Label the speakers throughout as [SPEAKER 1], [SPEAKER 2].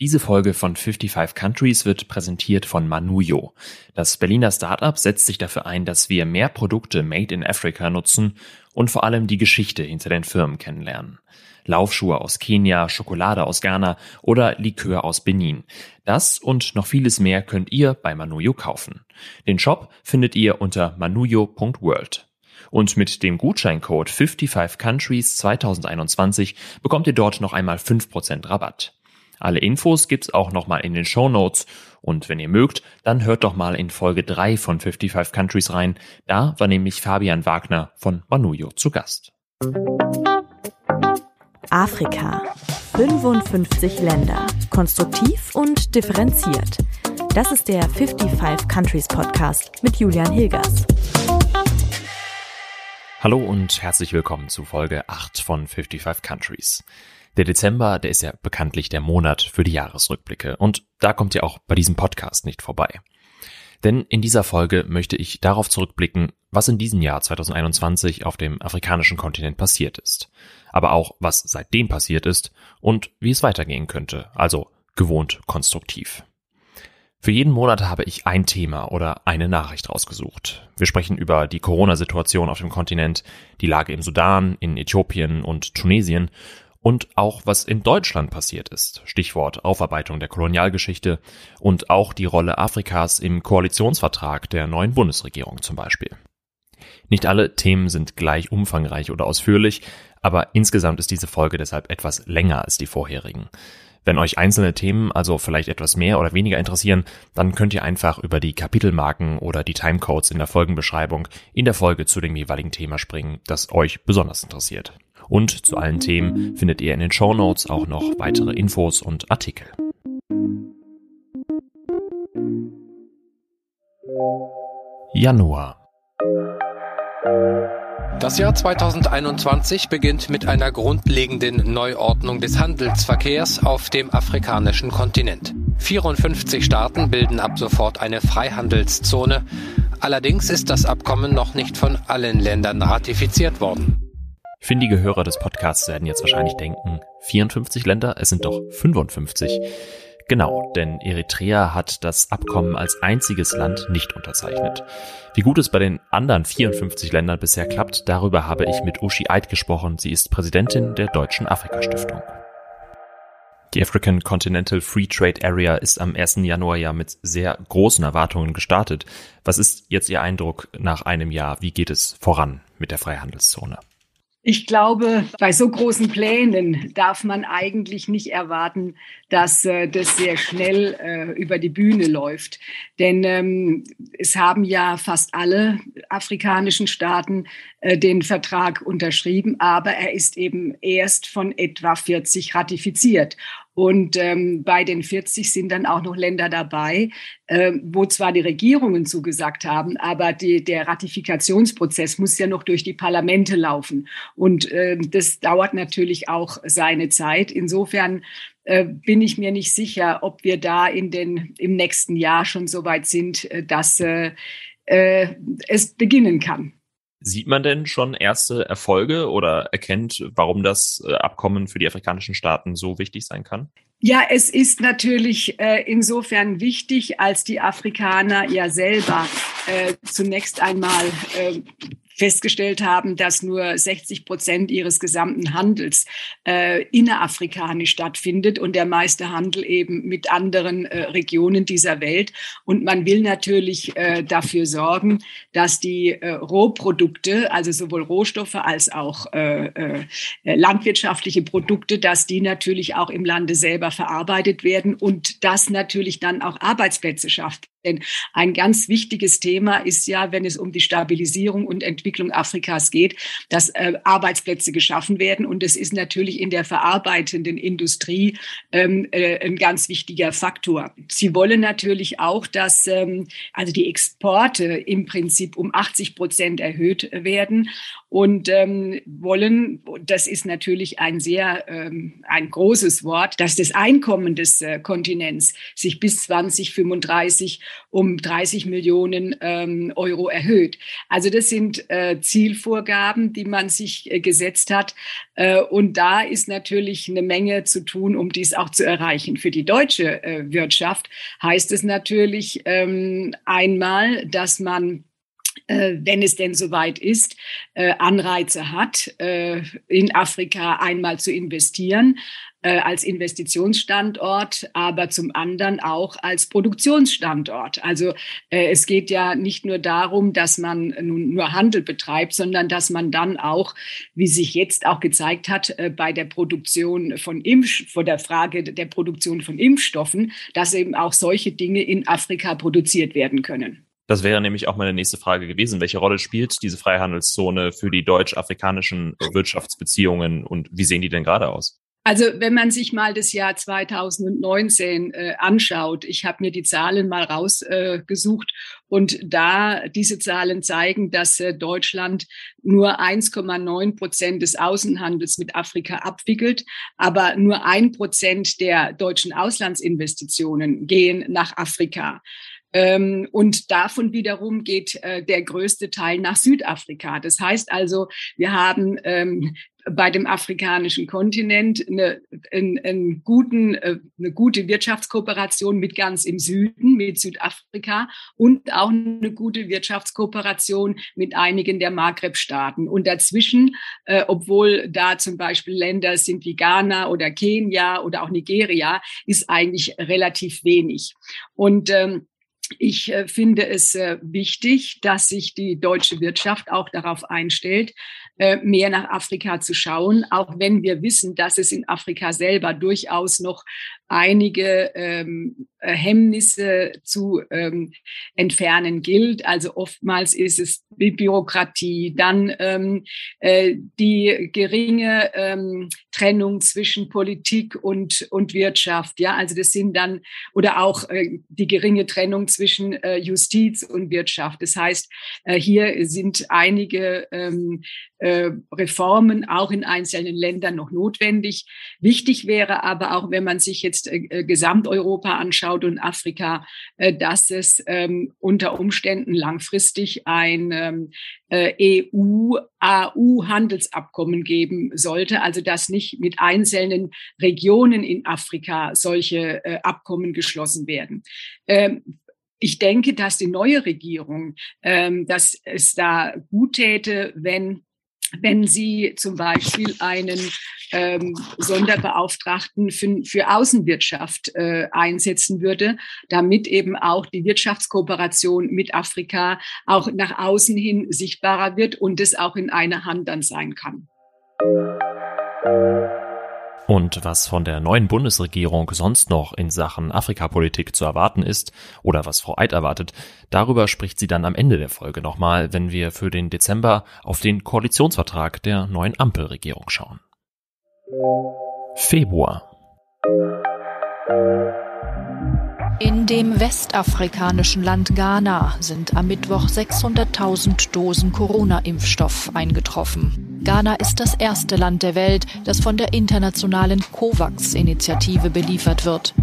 [SPEAKER 1] Diese Folge von 55 Countries wird präsentiert von Manujo. Das Berliner Startup setzt sich dafür ein, dass wir mehr Produkte made in Africa nutzen und vor allem die Geschichte hinter den Firmen kennenlernen. Laufschuhe aus Kenia, Schokolade aus Ghana oder Likör aus Benin. Das und noch vieles mehr könnt ihr bei Manujo kaufen. Den Shop findet ihr unter manujo.world. Und mit dem Gutscheincode 55 Countries 2021 bekommt ihr dort noch einmal 5% Rabatt. Alle Infos gibt's auch nochmal in den Shownotes. Und wenn ihr mögt, dann hört doch mal in Folge 3 von 55 Countries rein. Da war nämlich Fabian Wagner von Manujo zu Gast.
[SPEAKER 2] Afrika. 55 Länder. Konstruktiv und differenziert. Das ist der 55 Countries Podcast mit Julian Hilgers.
[SPEAKER 1] Hallo und herzlich willkommen zu Folge 8 von 55 Countries. Der Dezember, der ist ja bekanntlich der Monat für die Jahresrückblicke und da kommt ihr auch bei diesem Podcast nicht vorbei. Denn in dieser Folge möchte ich darauf zurückblicken, was in diesem Jahr 2021 auf dem afrikanischen Kontinent passiert ist. Aber auch, was seitdem passiert ist und wie es weitergehen könnte, also gewohnt konstruktiv. Für jeden Monat habe ich ein Thema oder eine Nachricht rausgesucht. Wir sprechen über die Corona-Situation auf dem Kontinent, die Lage im Sudan, in Äthiopien und Tunesien und auch, was in Deutschland passiert ist. Stichwort Aufarbeitung der Kolonialgeschichte und auch die Rolle Afrikas im Koalitionsvertrag der neuen Bundesregierung zum Beispiel. Nicht alle Themen sind gleich umfangreich oder ausführlich, aber insgesamt ist diese Folge deshalb etwas länger als die vorherigen. Wenn euch einzelne Themen also vielleicht etwas mehr oder weniger interessieren, dann könnt ihr einfach über die Kapitelmarken oder die Timecodes in der Folgenbeschreibung in der Folge zu dem jeweiligen Thema springen, das euch besonders interessiert. Und zu allen Themen findet ihr in den Shownotes auch noch weitere Infos und Artikel. Januar.
[SPEAKER 3] Das Jahr 2021 beginnt mit einer grundlegenden Neuordnung des Handelsverkehrs auf dem afrikanischen Kontinent. 54 Staaten bilden ab sofort eine Freihandelszone. Allerdings ist das Abkommen noch nicht von allen Ländern ratifiziert worden.
[SPEAKER 1] Findige Hörer des Podcasts werden jetzt wahrscheinlich denken, 54 Länder, es sind doch 55. Genau, denn Eritrea hat das Abkommen als einziges Land nicht unterzeichnet. Wie gut es bei den anderen 54 Ländern bisher klappt, darüber habe ich mit Uschi Eid gesprochen. Sie ist Präsidentin der Deutschen Afrika-Stiftung. Die African Continental Free Trade Area ist am 1. Januar ja mit sehr großen Erwartungen gestartet. Was ist jetzt Ihr Eindruck nach einem Jahr? Wie geht es voran mit der Freihandelszone?
[SPEAKER 4] Ich glaube, bei so großen Plänen darf man eigentlich nicht erwarten, dass das sehr schnell über die Bühne läuft. Denn es haben ja fast alle afrikanischen Staaten den Vertrag unterschrieben, aber er ist eben erst von etwa 40 ratifiziert. Und bei den 40 sind dann auch noch Länder dabei, wo zwar die Regierungen zugesagt haben, aber der Ratifikationsprozess muss ja noch durch die Parlamente laufen. Und das dauert natürlich auch seine Zeit. Insofern bin ich mir nicht sicher, ob wir da im nächsten Jahr schon so weit sind, dass es beginnen kann.
[SPEAKER 1] Sieht man denn schon erste Erfolge oder erkennt, warum das Abkommen für die afrikanischen Staaten so wichtig sein kann?
[SPEAKER 4] Ja, es ist natürlich insofern wichtig, als die Afrikaner ja selber zunächst einmal festgestellt haben, dass nur 60% ihres gesamten Handels innerafrikanisch stattfindet und der meiste Handel eben mit anderen Regionen dieser Welt. Und man will natürlich dafür sorgen, dass die Rohprodukte, also sowohl Rohstoffe als auch landwirtschaftliche Produkte, dass die natürlich auch im Lande selber verarbeitet werden und das natürlich dann auch Arbeitsplätze schafft. Denn ein ganz wichtiges Thema ist ja, wenn es um die Stabilisierung und Entwicklung Afrikas geht, dass Arbeitsplätze geschaffen werden. Und das ist natürlich in der verarbeitenden Industrie ein ganz wichtiger Faktor. Sie wollen natürlich auch, dass also die Exporte im Prinzip um 80% erhöht werden und wollen, das ist natürlich ein großes Wort, dass das Einkommen des Kontinents sich bis 2035 um 30 Millionen Euro erhöht. Also das sind Zielvorgaben, die man sich gesetzt hat. Und da ist natürlich eine Menge zu tun, um dies auch zu erreichen. Für die deutsche Wirtschaft heißt es natürlich einmal, dass man wenn es denn soweit ist, Anreize hat, in Afrika einmal zu investieren, als Investitionsstandort, aber zum anderen auch als Produktionsstandort. Also es geht ja nicht nur darum, dass man nun nur Handel betreibt, sondern dass man dann auch, wie sich jetzt auch gezeigt hat, bei der Produktion von vor der Frage der Produktion von Impfstoffen, dass eben auch solche Dinge in Afrika produziert werden können.
[SPEAKER 1] Das wäre nämlich auch meine nächste Frage gewesen. Welche Rolle spielt diese Freihandelszone für die deutsch-afrikanischen Wirtschaftsbeziehungen und wie sehen die denn gerade aus?
[SPEAKER 4] Also wenn man sich mal das Jahr 2019 anschaut, ich habe mir die Zahlen mal rausgesucht und diese Zahlen zeigen, dass Deutschland nur 1,9% des Außenhandels mit Afrika abwickelt, aber nur 1% der deutschen Auslandsinvestitionen gehen nach Afrika. Und davon wiederum geht der größte Teil nach Südafrika. Das heißt also, wir haben bei dem afrikanischen Kontinent eine gute Wirtschaftskooperation mit ganz im Süden, mit Südafrika und auch eine gute Wirtschaftskooperation mit einigen der Maghreb-Staaten. Und dazwischen, obwohl da zum Beispiel Länder sind wie Ghana oder Kenia oder auch Nigeria, ist eigentlich relativ wenig. Und ich finde es wichtig, dass sich die deutsche Wirtschaft auch darauf einstellt, mehr nach Afrika zu schauen, auch wenn wir wissen, dass es in Afrika selber durchaus noch einige Hemmnisse zu entfernen gilt. Also oftmals ist es die Bürokratie, dann die geringe Trennung zwischen Politik und Wirtschaft. Ja, also das sind dann oder auch die geringe Trennung zwischen Justiz und Wirtschaft. Das heißt, hier sind einige Reformen auch in einzelnen Ländern noch notwendig. Wichtig wäre aber auch, wenn man sich jetzt Gesamteuropa anschaut und Afrika, dass es unter Umständen langfristig ein EU-AU-Handelsabkommen geben sollte, also dass nicht mit einzelnen Regionen in Afrika solche Abkommen geschlossen werden. Ich denke, dass die neue Regierung, dass es da gut täte, wenn sie zum Beispiel einen Sonderbeauftragten für Außenwirtschaft einsetzen würde, damit eben auch die Wirtschaftskooperation mit Afrika auch nach außen hin sichtbarer wird und es auch in einer Hand dann sein kann.
[SPEAKER 1] Und was von der neuen Bundesregierung sonst noch in Sachen Afrikapolitik zu erwarten ist oder was Frau Eid erwartet, darüber spricht sie dann am Ende der Folge nochmal, wenn wir für den Dezember auf den Koalitionsvertrag der neuen Ampelregierung schauen. Februar.
[SPEAKER 5] In dem westafrikanischen Land Ghana sind am Mittwoch 600.000 Dosen Corona-Impfstoff eingetroffen. Ghana ist das erste Land der Welt, das von der internationalen COVAX-Initiative beliefert wird.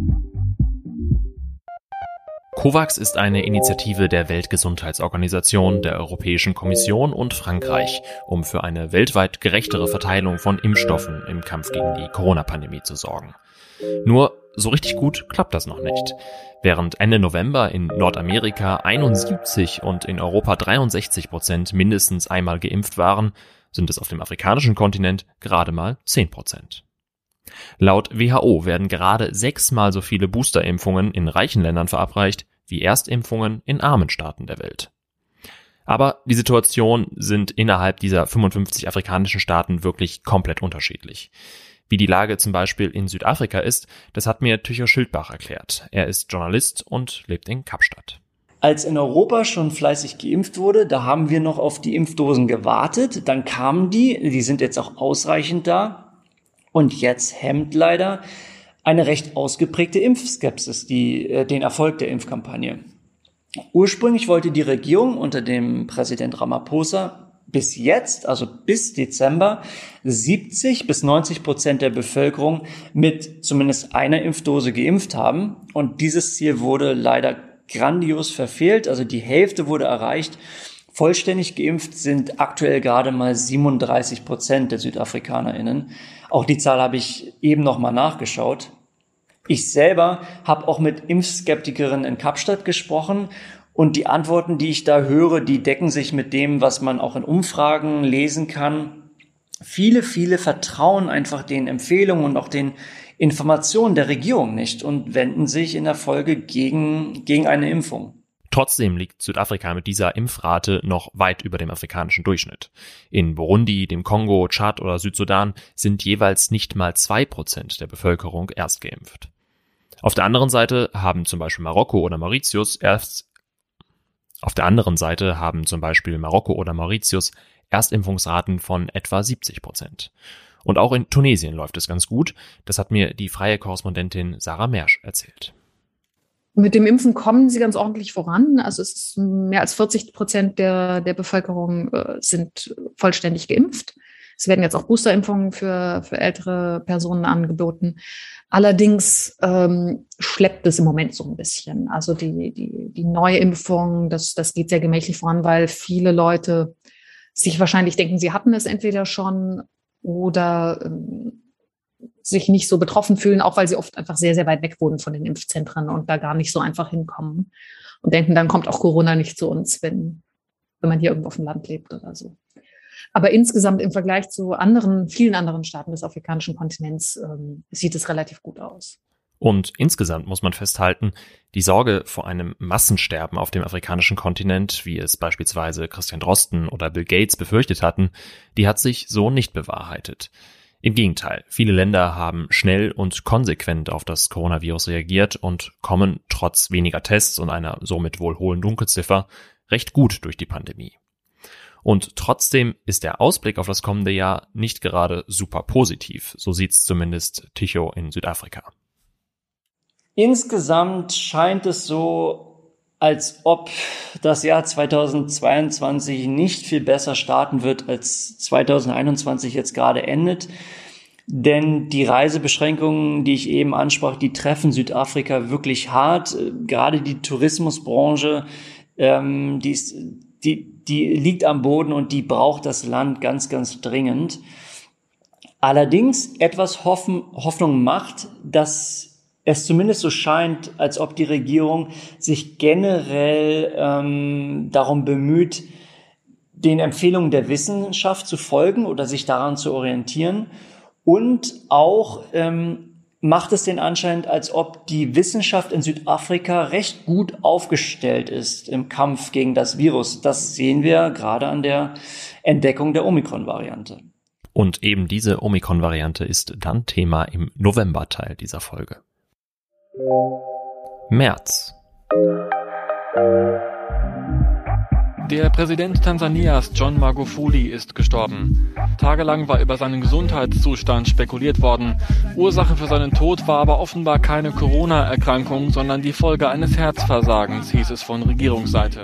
[SPEAKER 1] COVAX ist eine Initiative der Weltgesundheitsorganisation, der Europäischen Kommission und Frankreich, um für eine weltweit gerechtere Verteilung von Impfstoffen im Kampf gegen die Corona-Pandemie zu sorgen. Nur so richtig gut klappt das noch nicht. Während Ende November in Nordamerika 71 und in Europa 63% mindestens einmal geimpft waren, sind es auf dem afrikanischen Kontinent gerade mal 10%. Laut WHO werden gerade 6-mal so viele Boosterimpfungen in reichen Ländern verabreicht wie Erstimpfungen in armen Staaten der Welt. Aber die Situationen sind innerhalb dieser 55 afrikanischen Staaten wirklich komplett unterschiedlich. Wie die Lage zum Beispiel in Südafrika ist, das hat mir Tycho Schildbach erklärt. Er ist Journalist und lebt in Kapstadt.
[SPEAKER 6] Als in Europa schon fleißig geimpft wurde, da haben wir noch auf die Impfdosen gewartet. Dann kamen die sind jetzt auch ausreichend da. Und jetzt hemmt leider eine recht ausgeprägte Impfskepsis den Erfolg der Impfkampagne. Ursprünglich wollte die Regierung unter dem Präsident Ramaphosa bis jetzt, also bis Dezember, 70-90% der Bevölkerung mit zumindest einer Impfdose geimpft haben. Und dieses Ziel wurde leider grandios verfehlt. Also die Hälfte wurde erreicht. Vollständig geimpft sind aktuell gerade mal 37% der SüdafrikanerInnen. Auch die Zahl habe ich eben noch mal nachgeschaut. Ich selber habe auch mit Impfskeptikerinnen in Kapstadt gesprochen und die Antworten, die ich da höre, die decken sich mit dem, was man auch in Umfragen lesen kann. Viele vertrauen einfach den Empfehlungen und auch den Informationen der Regierung nicht und wenden sich in der Folge gegen eine Impfung.
[SPEAKER 1] Trotzdem liegt Südafrika mit dieser Impfrate noch weit über dem afrikanischen Durchschnitt. In Burundi, dem Kongo, Tschad oder Südsudan sind jeweils nicht mal 2% der Bevölkerung erst geimpft. Auf der anderen Seite haben zum Beispiel Marokko oder Mauritius Erstimpfungsraten von etwa 70%. Und auch in Tunesien läuft es ganz gut. Das hat mir die freie Korrespondentin Sarah Mersch erzählt.
[SPEAKER 7] Mit dem Impfen kommen sie ganz ordentlich voran. Also es ist mehr als 40% der Bevölkerung sind vollständig geimpft. Es werden jetzt auch Boosterimpfungen für ältere Personen angeboten. Allerdings schleppt es im Moment so ein bisschen. Also die Neuimpfung, das geht sehr gemächlich voran, weil viele Leute sich wahrscheinlich denken, sie hatten es entweder schon oder sich nicht so betroffen fühlen, auch weil sie oft einfach sehr, sehr weit weg wohnen von den Impfzentren und da gar nicht so einfach hinkommen und denken, dann kommt auch Corona nicht zu uns, wenn man hier irgendwo auf dem Land lebt oder so. Aber insgesamt im Vergleich zu vielen anderen Staaten des afrikanischen Kontinents sieht es relativ gut aus.
[SPEAKER 1] Und insgesamt muss man festhalten, die Sorge vor einem Massensterben auf dem afrikanischen Kontinent, wie es beispielsweise Christian Drosten oder Bill Gates befürchtet hatten, die hat sich so nicht bewahrheitet. Im Gegenteil, viele Länder haben schnell und konsequent auf das Coronavirus reagiert und kommen trotz weniger Tests und einer somit wohl hohen Dunkelziffer recht gut durch die Pandemie. Und trotzdem ist der Ausblick auf das kommende Jahr nicht gerade super positiv, so sieht's zumindest Tycho in Südafrika.
[SPEAKER 6] Insgesamt scheint es so, als ob das Jahr 2022 nicht viel besser starten wird, als 2021 jetzt gerade endet. Denn die Reisebeschränkungen, die ich eben ansprach, die treffen Südafrika wirklich hart. Gerade die Tourismusbranche, die liegt am Boden und die braucht das Land ganz, ganz dringend. Allerdings etwas Hoffnung macht, dass es zumindest so scheint, als ob die Regierung sich generell darum bemüht, den Empfehlungen der Wissenschaft zu folgen oder sich daran zu orientieren. Und auch macht es den Anschein, als ob die Wissenschaft in Südafrika recht gut aufgestellt ist im Kampf gegen das Virus. Das sehen wir gerade an der Entdeckung der Omikron-Variante.
[SPEAKER 1] Und eben diese Omikron-Variante ist dann Thema im November-Teil dieser Folge. März.
[SPEAKER 8] Der Präsident Tansanias, John Magufuli, ist gestorben. Tagelang war über seinen Gesundheitszustand spekuliert worden. Ursache für seinen Tod war aber offenbar keine Corona-Erkrankung, sondern die Folge eines Herzversagens, hieß es von Regierungsseite.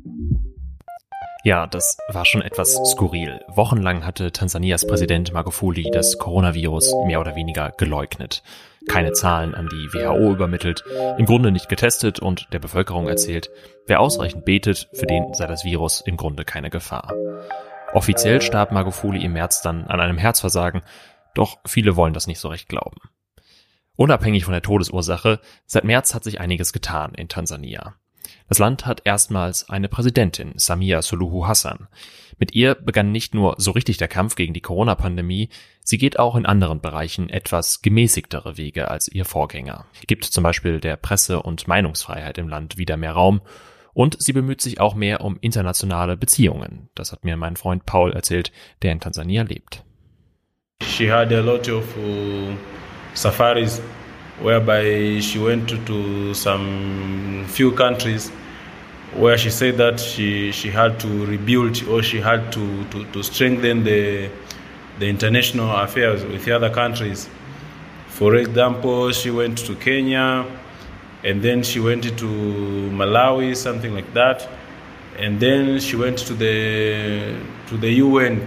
[SPEAKER 1] Ja, das war schon etwas skurril. Wochenlang hatte Tansanias Präsident Magufuli das Coronavirus mehr oder weniger geleugnet. Keine Zahlen an die WHO übermittelt, im Grunde nicht getestet und der Bevölkerung erzählt, wer ausreichend betet, für den sei das Virus im Grunde keine Gefahr. Offiziell starb Magufuli im März dann an einem Herzversagen, doch viele wollen das nicht so recht glauben. Unabhängig von der Todesursache, seit März hat sich einiges getan in Tansania. Das Land hat erstmals eine Präsidentin, Samia Suluhu Hassan. Mit ihr begann nicht nur so richtig der Kampf gegen die Corona-Pandemie, sie geht auch in anderen Bereichen etwas gemäßigtere Wege als ihr Vorgänger. Gibt zum Beispiel der Presse- und Meinungsfreiheit im Land wieder mehr Raum und sie bemüht sich auch mehr um internationale Beziehungen. Das hat mir mein Freund Paul erzählt, der in Tansania lebt.
[SPEAKER 9] She had a lot of safaris whereby she went to some few countries where she said that she had to rebuild or she had to strengthen the international affairs with the other countries. For example, she went to Kenya and then she went to Malawi, something like that, and then she went to the UN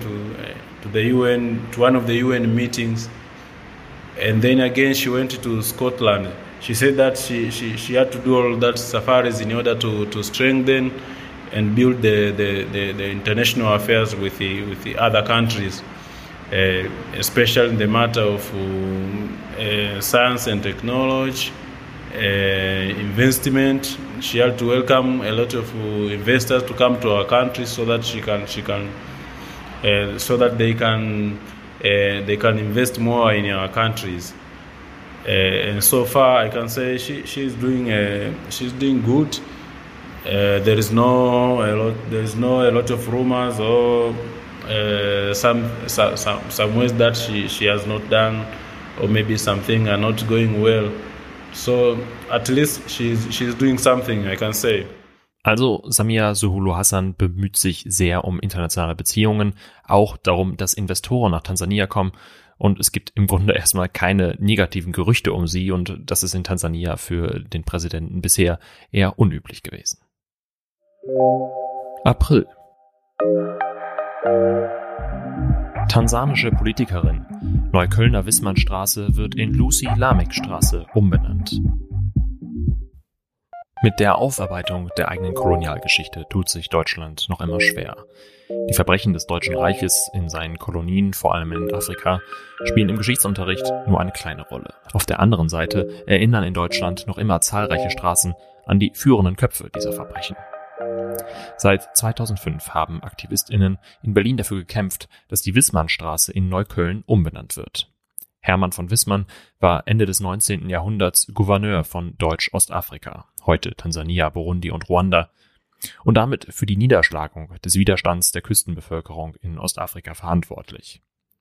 [SPEAKER 9] to one of the UN meetings. And then again she went to Scotland she said that she had to do all that safaris in order to strengthen and build the international affairs with the other countries, especially in the matter of science and technology, investment. She had to welcome a lot of investors to come to our country so that they can invest more in our countries. And so far, I can say she's doing good. There is no a lot of rumors or some ways that she has not done, or maybe something are not going well. So at least she's doing something, I can say.
[SPEAKER 1] Also Samia Suluhu Hassan bemüht sich sehr um internationale Beziehungen, auch darum, dass Investoren nach Tansania kommen. Und es gibt im Grunde erstmal keine negativen Gerüchte um sie, und das ist in Tansania für den Präsidenten bisher eher unüblich gewesen. April. Tansanische Politikerin. Neuköllner Wissmannstraße wird in Lucy-Lamek-Straße umbenannt. Mit der Aufarbeitung der eigenen Kolonialgeschichte tut sich Deutschland noch immer schwer. Die Verbrechen des Deutschen Reiches in seinen Kolonien, vor allem in Afrika, spielen im Geschichtsunterricht nur eine kleine Rolle. Auf der anderen Seite erinnern in Deutschland noch immer zahlreiche Straßen an die führenden Köpfe dieser Verbrechen. Seit 2005 haben AktivistInnen in Berlin dafür gekämpft, dass die Wissmannstraße in Neukölln umbenannt wird. Hermann von Wissmann war Ende des 19. Jahrhunderts Gouverneur von Deutsch-Ostafrika, heute Tansania, Burundi und Ruanda, und damit für die Niederschlagung des Widerstands der Küstenbevölkerung in Ostafrika verantwortlich.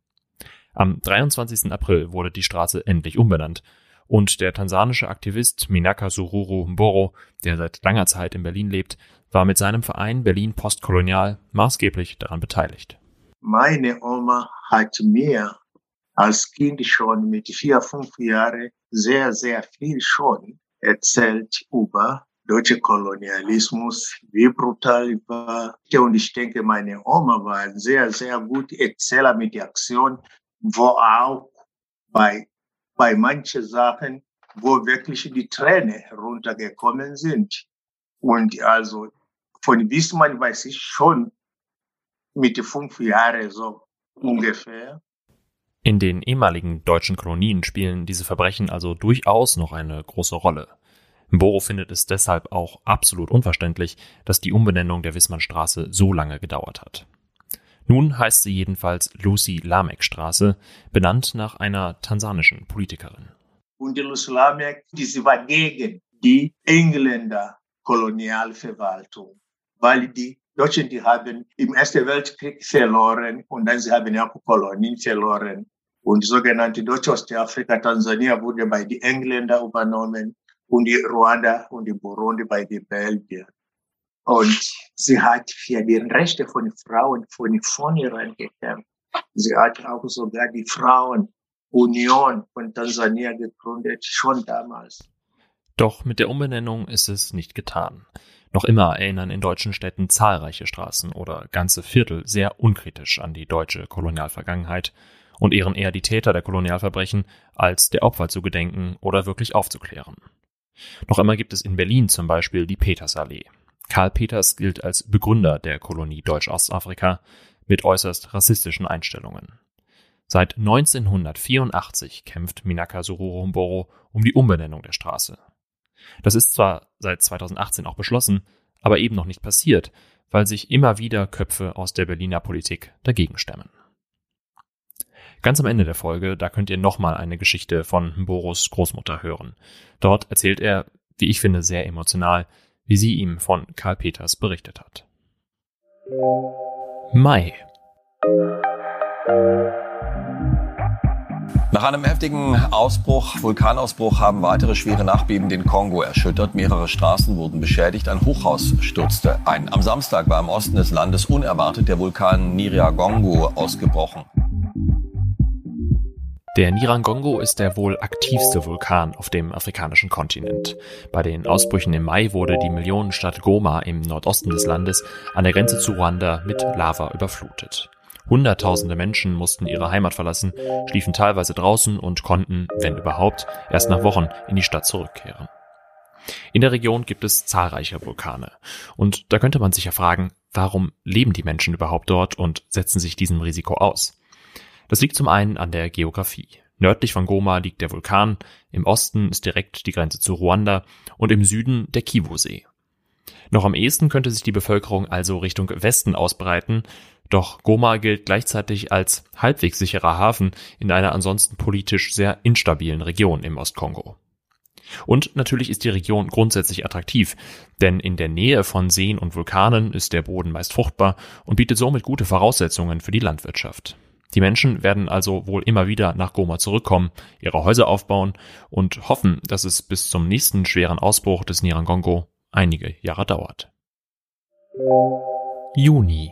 [SPEAKER 1] Am 23. April wurde die Straße endlich umbenannt, und der tansanische Aktivist Minaka Sururu Mboro, der seit langer Zeit in Berlin lebt, war mit seinem Verein Berlin Postkolonial maßgeblich daran beteiligt.
[SPEAKER 10] Meine Oma hat mir als Kind schon mit 4, 5 Jahren sehr, sehr viel schon erzählt über deutsche Kolonialismus, wie brutal war. Und ich denke, meine Oma war ein sehr, sehr guter Erzähler mit der Aktion, wo auch bei manchen Sachen, wo wirklich die Tränen runtergekommen sind. Und also von Wissmann weiß ich schon mit 5 Jahren so ungefähr.
[SPEAKER 1] In den ehemaligen deutschen Kolonien spielen diese Verbrechen also durchaus noch eine große Rolle. Mboro findet es deshalb auch absolut unverständlich, dass die Umbenennung der Wissmannstraße so lange gedauert hat. Nun heißt sie jedenfalls Lucy-Lamek-Straße, benannt nach einer tansanischen Politikerin.
[SPEAKER 10] Und die Lucy-Lamek, sie war gegen die Engländer Kolonialverwaltung, weil die Deutschen, die haben im Ersten Weltkrieg verloren und dann sie haben auch Kolonien verloren. Und die sogenannte Deutsche Ostafrika, Tansania wurde bei den Engländern übernommen und die Ruanda und die Burundi bei den Belgiern. Und sie hat für die Rechte von Frauen von vornherein gekämpft. Sie hat auch sogar die Frauenunion von Tansania gegründet, schon damals.
[SPEAKER 1] Doch mit der Umbenennung ist es nicht getan. Noch immer erinnern in deutschen Städten zahlreiche Straßen oder ganze Viertel sehr unkritisch an die deutsche Kolonialvergangenheit und ehren eher die Täter der Kolonialverbrechen, als der Opfer zu gedenken oder wirklich aufzuklären. Noch immer gibt es in Berlin zum Beispiel die Petersallee. Karl Peters gilt als Begründer der Kolonie Deutsch-Ostafrika mit äußerst rassistischen Einstellungen. Seit 1984 kämpft Minaka Sururu Mboro um die Umbenennung der Straße. Das ist zwar seit 2018 auch beschlossen, aber eben noch nicht passiert, weil sich immer wieder Köpfe aus der Berliner Politik dagegen stemmen. Ganz am Ende der Folge, da könnt ihr nochmal eine Geschichte von Mboros Großmutter hören. Dort erzählt er, wie ich finde, sehr emotional, wie sie ihm von Karl Peters berichtet hat. Mai.
[SPEAKER 11] Nach einem heftigen Vulkanausbruch, haben weitere schwere Nachbeben den Kongo erschüttert. Mehrere Straßen wurden beschädigt, ein Hochhaus stürzte ein. Am Samstag war im Osten des Landes unerwartet der Vulkan Nyiragongo ausgebrochen.
[SPEAKER 1] Der Nyiragongo ist der wohl aktivste Vulkan auf dem afrikanischen Kontinent. Bei den Ausbrüchen im Mai wurde die Millionenstadt Goma im Nordosten des Landes an der Grenze zu Ruanda mit Lava überflutet. Hunderttausende Menschen mussten ihre Heimat verlassen, schliefen teilweise draußen und konnten, wenn überhaupt, erst nach Wochen in die Stadt zurückkehren. In der Region gibt es zahlreiche Vulkane. Und da könnte man sich ja fragen, warum leben die Menschen überhaupt dort und setzen sich diesem Risiko aus? Das liegt zum einen an der Geografie. Nördlich von Goma liegt der Vulkan, im Osten ist direkt die Grenze zu Ruanda und im Süden der Kivu-See. Noch am ehesten könnte sich die Bevölkerung also Richtung Westen ausbreiten, doch Goma gilt gleichzeitig als halbwegs sicherer Hafen in einer ansonsten politisch sehr instabilen Region im Ostkongo. Und natürlich ist die Region grundsätzlich attraktiv, denn in der Nähe von Seen und Vulkanen ist der Boden meist fruchtbar und bietet somit gute Voraussetzungen für die Landwirtschaft. Die Menschen werden also wohl immer wieder nach Goma zurückkommen, ihre Häuser aufbauen und hoffen, dass es bis zum nächsten schweren Ausbruch des Nyiragongo einige Jahre dauert. Juni.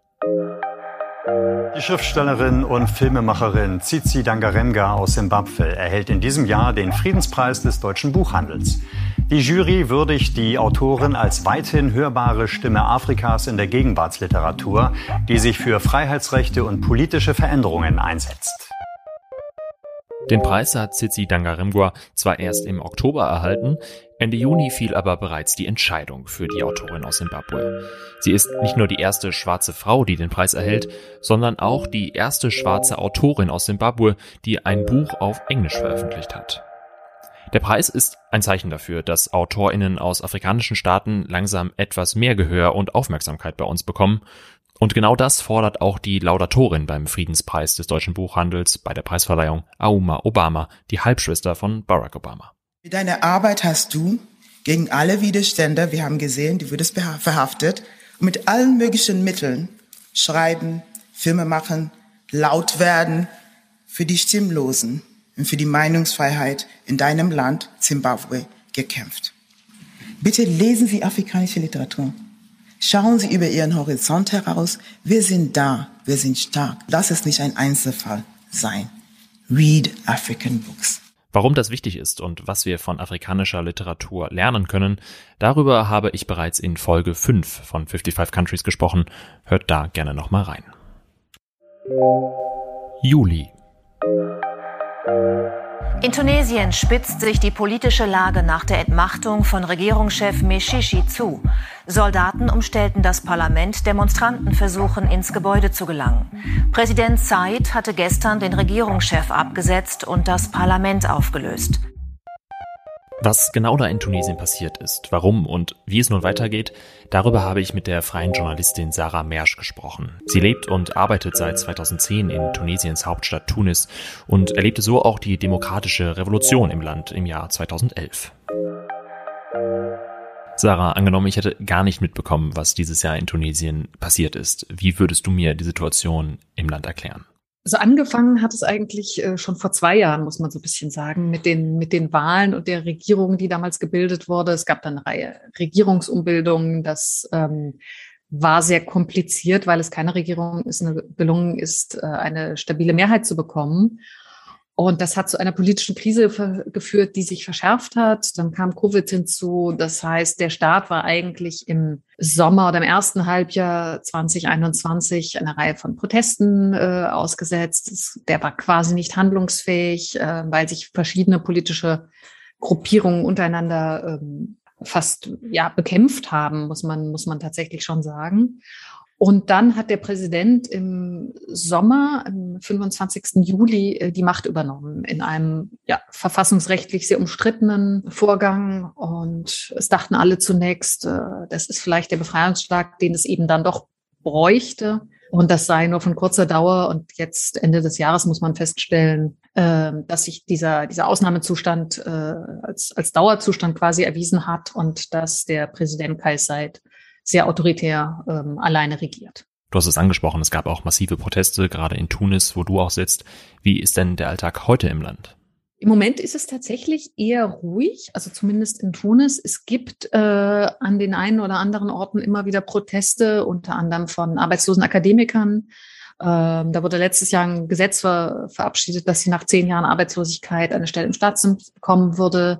[SPEAKER 12] Die Schriftstellerin und Filmemacherin Tsitsi Dangarembga aus Simbabwe erhält in diesem Jahr den Friedenspreis des deutschen Buchhandels. Die Jury würdigt die Autorin als weithin hörbare Stimme Afrikas in der Gegenwartsliteratur, die sich für Freiheitsrechte und politische Veränderungen einsetzt.
[SPEAKER 1] Den Preis hat Tsitsi Dangarembga zwar erst im Oktober erhalten, Ende Juni fiel aber bereits die Entscheidung für die Autorin aus Simbabwe. Sie ist nicht nur die erste schwarze Frau, die den Preis erhält, sondern auch die erste schwarze Autorin aus Simbabwe, die ein Buch auf Englisch veröffentlicht hat. Der Preis ist ein Zeichen dafür, dass AutorInnen aus afrikanischen Staaten langsam etwas mehr Gehör und Aufmerksamkeit bei uns bekommen. Und genau das fordert auch die Laudatorin beim Friedenspreis des deutschen Buchhandels bei der Preisverleihung, Auma Obama, die Halbschwester von Barack Obama.
[SPEAKER 13] Mit deiner Arbeit hast du gegen alle Widerstände, wir haben gesehen, du wurdest verhaftet, und mit allen möglichen Mitteln, schreiben, Filme machen, laut werden, für die Stimmlosen und für die Meinungsfreiheit in deinem Land, Zimbabwe, gekämpft. Bitte lesen Sie afrikanische Literatur. Schauen Sie über Ihren Horizont heraus. Wir sind da, wir sind stark. Lass es nicht ein Einzelfall sein. Read African Books.
[SPEAKER 1] Warum das wichtig ist und was wir von afrikanischer Literatur lernen können, darüber habe ich bereits in Folge 5 von 55 Countries gesprochen. Hört da gerne nochmal rein. Juli.
[SPEAKER 14] In Tunesien spitzt sich die politische Lage nach der Entmachtung von Regierungschef Meshishi zu. Soldaten umstellten das Parlament, Demonstranten versuchen, ins Gebäude zu gelangen. Präsident Said hatte gestern den Regierungschef abgesetzt und das Parlament aufgelöst.
[SPEAKER 1] Was genau da in Tunesien passiert ist, warum und wie es nun weitergeht, darüber habe ich mit der freien Journalistin Sarah Mersch gesprochen. Sie lebt und arbeitet seit 2010 in Tunesiens Hauptstadt Tunis und erlebte so auch die demokratische Revolution im Land im Jahr 2011. Sarah, angenommen, ich hätte gar nicht mitbekommen, was dieses Jahr in Tunesien passiert ist. Wie würdest du mir die Situation im Land erklären?
[SPEAKER 7] Also angefangen hat es eigentlich schon vor 2 Jahren, muss man so ein bisschen sagen, mit den Wahlen und der Regierung, die damals gebildet wurde. Es gab dann eine Reihe Regierungsumbildungen. Das war sehr kompliziert, weil es keine Regierung gelungen ist, eine stabile Mehrheit zu bekommen. Und das hat zu einer politischen Krise geführt, die sich verschärft hat. Dann kam Covid hinzu. Das heißt, der Staat war eigentlich im Sommer oder im ersten Halbjahr 2021 einer Reihe von Protesten ausgesetzt. Der war quasi nicht handlungsfähig, weil sich verschiedene politische Gruppierungen untereinander fast bekämpft haben, muss man tatsächlich schon sagen. Und dann hat der Präsident im Sommer, am 25. Juli, die Macht übernommen in einem verfassungsrechtlich sehr umstrittenen Vorgang. Und es dachten alle zunächst, das ist vielleicht der Befreiungsschlag, den es eben dann doch bräuchte. Und das sei nur von kurzer Dauer. Und jetzt Ende des Jahres muss man feststellen, dass sich dieser Ausnahmezustand als Dauerzustand quasi erwiesen hat und dass der Präsident Kais Saied sehr autoritär alleine regiert.
[SPEAKER 1] Du hast es angesprochen, es gab auch massive Proteste, gerade in Tunis, wo du auch sitzt. Wie ist denn der Alltag heute im Land?
[SPEAKER 7] Im Moment ist es tatsächlich eher ruhig, also zumindest in Tunis. Es gibt an den einen oder anderen Orten immer wieder Proteste, unter anderem von arbeitslosen Akademikern. Da wurde letztes Jahr ein Gesetz verabschiedet, dass sie nach 10 Jahren Arbeitslosigkeit eine Stelle im Staatsamt bekommen würde.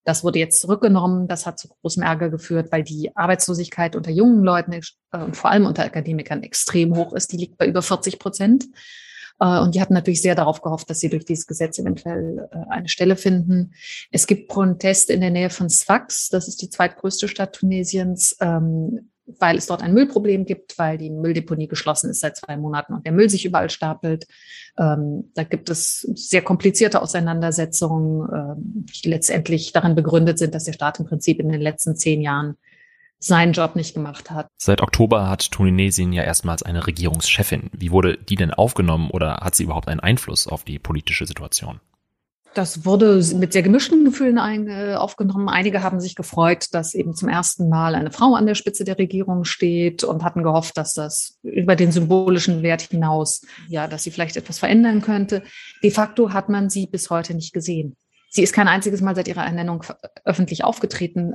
[SPEAKER 7] Das wurde jetzt zurückgenommen. Das hat zu großem Ärger geführt, weil die Arbeitslosigkeit unter jungen Leuten und vor allem unter Akademikern extrem hoch ist. Die liegt bei über 40%. Und die hatten natürlich sehr darauf gehofft, dass sie durch dieses Gesetz eventuell eine Stelle finden. Es gibt Proteste in der Nähe von Sfax. Das ist die zweitgrößte Stadt Tunesiens, weil es dort ein Müllproblem gibt, weil die Mülldeponie geschlossen ist seit 2 Monaten und der Müll sich überall stapelt. Da gibt es sehr komplizierte Auseinandersetzungen, die letztendlich darin begründet sind, dass der Staat im Prinzip in den letzten 10 Jahren seinen Job nicht gemacht hat.
[SPEAKER 1] Seit Oktober hat Tunesien ja erstmals eine Regierungschefin. Wie wurde die denn aufgenommen oder hat sie überhaupt einen Einfluss auf die politische Situation?
[SPEAKER 7] Das wurde mit sehr gemischten Gefühlen aufgenommen. Einige haben sich gefreut, dass eben zum ersten Mal eine Frau an der Spitze der Regierung steht und hatten gehofft, dass das über den symbolischen Wert hinaus, dass sie vielleicht etwas verändern könnte. De facto hat man sie bis heute nicht gesehen. Sie ist kein einziges Mal seit ihrer Ernennung öffentlich aufgetreten.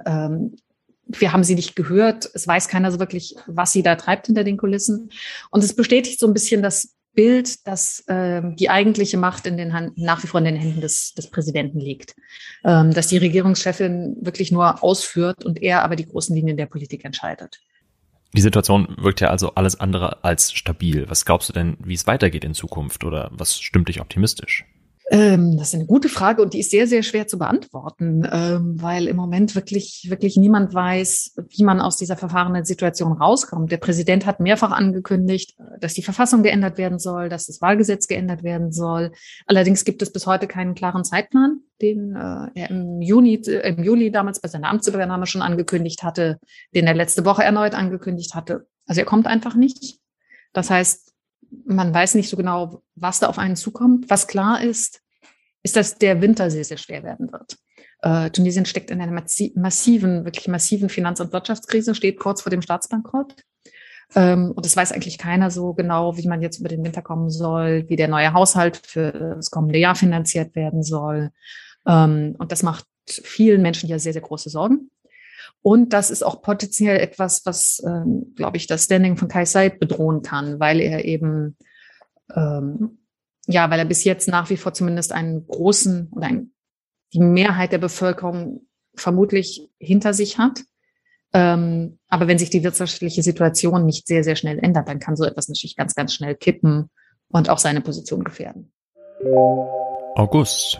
[SPEAKER 7] Wir haben sie nicht gehört. Es weiß keiner so wirklich, was sie da treibt hinter den Kulissen. Und es bestätigt so ein bisschen das Bild, dass die eigentliche Macht nach wie vor in den Händen des Präsidenten liegt. Dass die Regierungschefin wirklich nur ausführt und er aber die großen Linien der Politik entscheidet.
[SPEAKER 1] Die Situation wirkt ja also alles andere als stabil. Was glaubst du denn, wie es weitergeht in Zukunft oder was stimmt dich optimistisch?
[SPEAKER 7] Das ist eine gute Frage und die ist sehr, sehr schwer zu beantworten, weil im Moment wirklich niemand weiß, wie man aus dieser verfahrenen Situation rauskommt. Der Präsident hat mehrfach angekündigt, dass die Verfassung geändert werden soll, dass das Wahlgesetz geändert werden soll. Allerdings gibt es bis heute keinen klaren Zeitplan, den er im Juli damals bei seiner Amtsübernahme schon angekündigt hatte, den er letzte Woche erneut angekündigt hatte. Also er kommt einfach nicht. Das heißt, man weiß nicht so genau, was da auf einen zukommt. Was klar ist, dass der Winter sehr, sehr schwer werden wird. Tunesien steckt in einer wirklich massiven Finanz- und Wirtschaftskrise, steht kurz vor dem Staatsbankrott. Und es weiß eigentlich keiner so genau, wie man jetzt über den Winter kommen soll, wie der neue Haushalt für das kommende Jahr finanziert werden soll. Und das macht vielen Menschen ja sehr, sehr große Sorgen. Und das ist auch potenziell etwas, was, glaube ich, das Standing von Kais Saied bedrohen kann, weil er eben, weil er bis jetzt nach wie vor zumindest einen großen oder die Mehrheit der Bevölkerung vermutlich hinter sich hat. Aber wenn sich die wirtschaftliche Situation nicht sehr, sehr schnell ändert, dann kann so etwas natürlich ganz, ganz schnell kippen und auch seine Position gefährden.
[SPEAKER 1] August.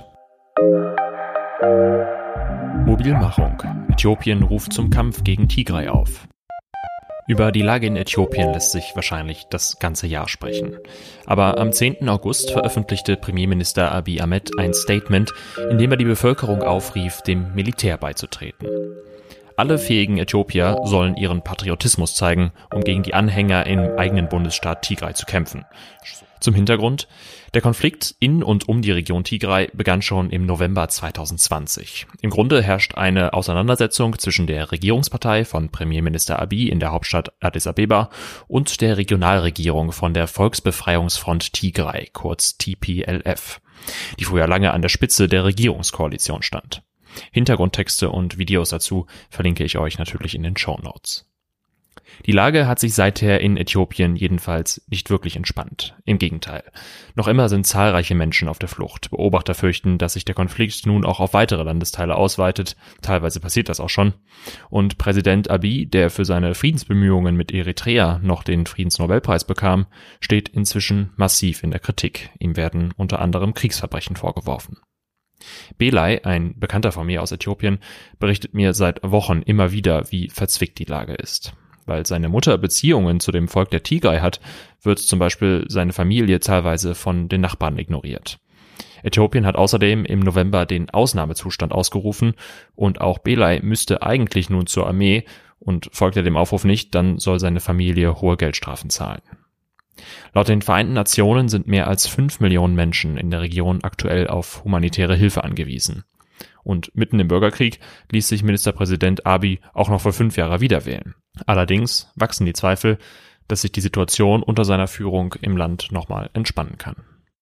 [SPEAKER 1] Mobilmachung. Äthiopien ruft zum Kampf gegen Tigray auf. Über die Lage in Äthiopien lässt sich wahrscheinlich das ganze Jahr sprechen. Aber am 10. August veröffentlichte Premierminister Abiy Ahmed ein Statement, in dem er die Bevölkerung aufrief, dem Militär beizutreten. Alle fähigen Äthiopier sollen ihren Patriotismus zeigen, um gegen die Anhänger im eigenen Bundesstaat Tigray zu kämpfen. Zum Hintergrund: Der Konflikt in und um die Region Tigray begann schon im November 2020. Im Grunde herrscht eine Auseinandersetzung zwischen der Regierungspartei von Premierminister Abiy in der Hauptstadt Addis Abeba und der Regionalregierung von der Volksbefreiungsfront Tigray, kurz TPLF, die früher lange an der Spitze der Regierungskoalition stand. Hintergrundtexte und Videos dazu verlinke ich euch natürlich in den Shownotes. Die Lage hat sich seither in Äthiopien jedenfalls nicht wirklich entspannt. Im Gegenteil. Noch immer sind zahlreiche Menschen auf der Flucht. Beobachter fürchten, dass sich der Konflikt nun auch auf weitere Landesteile ausweitet. Teilweise passiert das auch schon. Und Präsident Abiy, der für seine Friedensbemühungen mit Eritrea noch den Friedensnobelpreis bekam, steht inzwischen massiv in der Kritik. Ihm werden unter anderem Kriegsverbrechen vorgeworfen. Belay, ein Bekannter von mir aus Äthiopien, berichtet mir seit Wochen immer wieder, wie verzwickt die Lage ist. Weil seine Mutter Beziehungen zu dem Volk der Tigray hat, wird zum Beispiel seine Familie teilweise von den Nachbarn ignoriert. Äthiopien hat außerdem im November den Ausnahmezustand ausgerufen und auch Belay müsste eigentlich nun zur Armee und folgt er dem Aufruf nicht, dann soll seine Familie hohe Geldstrafen zahlen. Laut den Vereinten Nationen sind mehr als 5 Millionen Menschen in der Region aktuell auf humanitäre Hilfe angewiesen. Und mitten im Bürgerkrieg ließ sich Ministerpräsident Abiy auch noch für 5 Jahre wiederwählen. Allerdings wachsen die Zweifel, dass sich die Situation unter seiner Führung im Land nochmal entspannen kann.